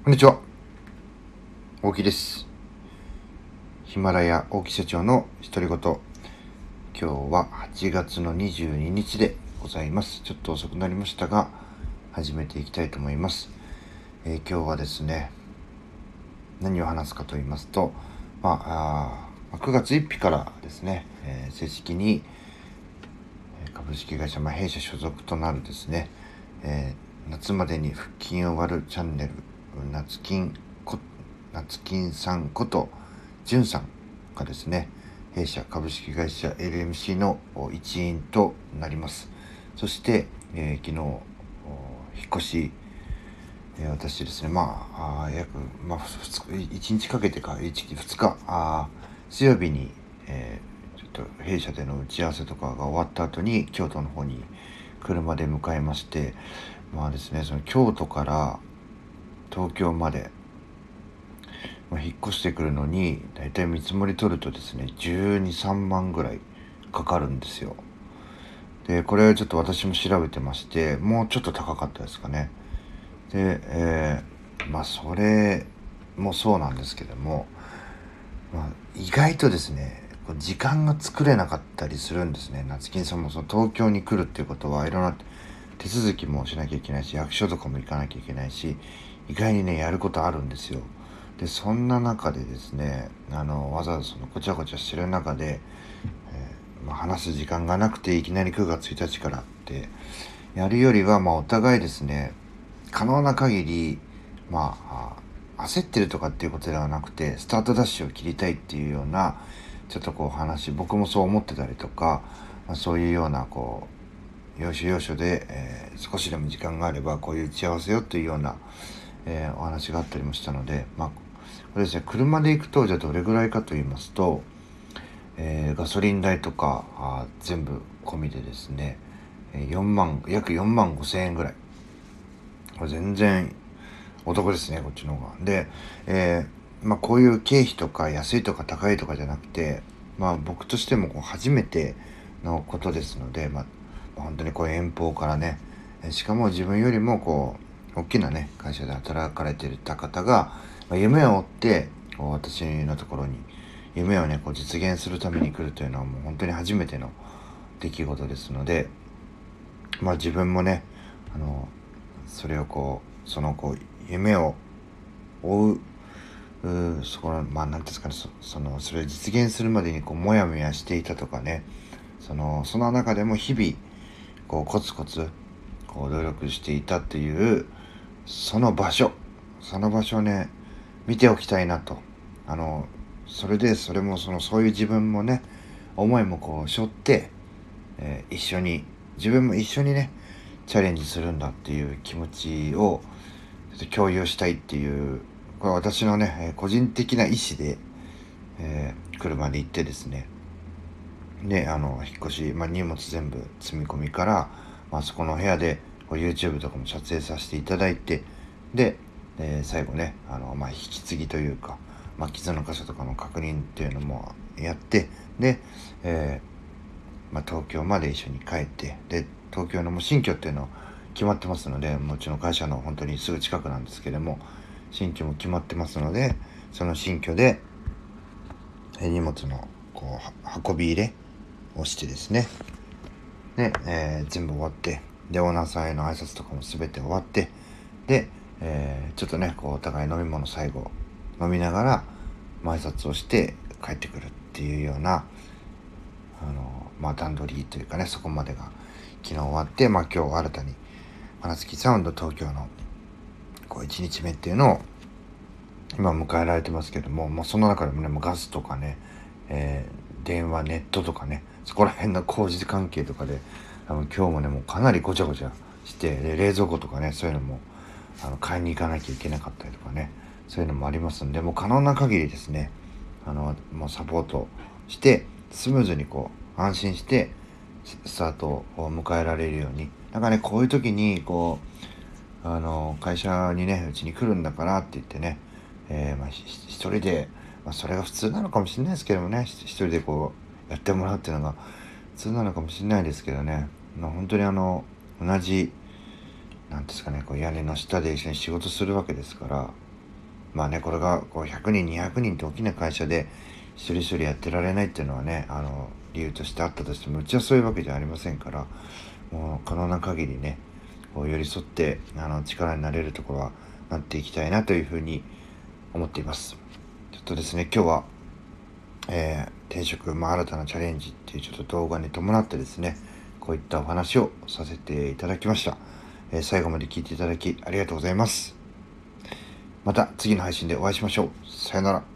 こんにちは、大木です。ヒマラヤ大木社長の独り言。今日は8月の22日でございます。ちょっと遅くなりましたが、始めていきたいと思います。今日はですね、何を話すかと言いますと、9月1日からですね、正式に株式会社、弊社所属となるですね、夏までに腹筋を割るチャンネル、夏金さんことじゅんさんがですね、弊社株式会社 LMC の一員となります。そして、昨日引っ越し、私ですね、約、1日かけてか、2日、水曜日に、ちょっと弊社での打ち合わせとかが終わった後に京都の方に車で向かいまして、ですね、その京都から東京まで、引っ越してくるのにだいたい見積もり取るとですね、12、3万ぐらいかかるんですよ。で、これちょっと私も調べてまして、もうちょっと高かったですかね。で、それもそうなんですけども、意外とですね、時間が作れなかったりするんですね。夏金さんもその東京に来るっていうことはいろんな手続きもしなきゃいけないし、役所とかも行かなきゃいけないし、意外にね、やることあるんですよ。で、そんな中でですね、わざわざそのごちゃごちゃしてる中で、話す時間がなくていきなり9月1日からってやるよりは、お互いですね、可能な限り、焦ってるとかっていうことではなくて、スタートダッシュを切りたいっていうような、ちょっと話、僕もそう思ってたりとか、そういうような、要所要所で、少しでも時間があれば、こういう打ち合わせよというような、お話があったりもしたので、これですね、車で行くと、じゃあどれぐらいかと言いますと、ガソリン代とか全部込みでですね、約4万5千円ぐらい。これ全然お得ですね、こっちの方が。で、こういう経費とか安いとか高いとかじゃなくて、僕としても初めてのことですので、本当に遠方からね、しかも自分よりも大きなね、会社で働かれていた方が、夢を追って、私のところに、夢をね、実現するために来るというのはもう本当に初めての出来事ですので、自分もね、それを夢を追う、そこの、なんていうんですかね、それを実現するまでにもやもやしていたとかね、その中でも日々、コツコツ、努力していたっていう、その場所をね、見ておきたいなと。それもそういう自分もね、思いも背負って、自分も一緒にね、チャレンジするんだっていう気持ちをちょっと共有したいっていう、これは私のね、個人的な意思で、車で行ってですね、で、引っ越し、荷物全部積み込みから、そこの部屋でYouTube とかも撮影させていただいて、で、最後ね、引き継ぎというか、傷の箇所とかの確認っていうのもやって、で、東京まで一緒に帰って、で、東京のもう新居っていうの決まってますので、もちろん会社の本当にすぐ近くなんですけども、新居も決まってますので、その新居で、荷物の運び入れをしてですね、で、全部終わって、で、オーナーさんへの挨拶とかも全て終わって、で、ちょっとね、お互い飲み物最後飲みながら、挨拶をして帰ってくるっていうような、段取りというかね、そこまでが昨日終わって、今日新たに花月サウンド東京の1日目っていうのを今迎えられてますけども、その中でもね、ガスとかね、電話、ネットとかね、そこら辺の工事関係とかで、今日もね、もうかなりごちゃごちゃして、で冷蔵庫とかね、そういうのも買いに行かなきゃいけなかったりとかね、そういうのもありますんで、もう可能な限りですね、もうサポートしてスムーズに安心してスタートを迎えられるように、こういう時に会社にね、うちに来るんだからって言ってね、一人で、それが普通なのかもしれないですけどもね、一人でやってもらうっていうのが普通なのかもしれないですけどね、本当に同じなんですかね、屋根の下で一緒に仕事するわけですから、 まあね、これがこう100人、200人って大きな会社で一人一人やってられないっていうのはね、理由としてあったとしても、うちはそういうわけじゃありませんから、もう可能な限りね、こう寄り添って、力になれるところはなっていきたいなというふうに思っています。ちょっとですね、今日は、転職、新たなチャレンジっていうちょっと動画に伴ってですね、こういったお話をさせていただきました。最後まで聞いていただきありがとうございます。また次の配信でお会いしましょう。さよなら。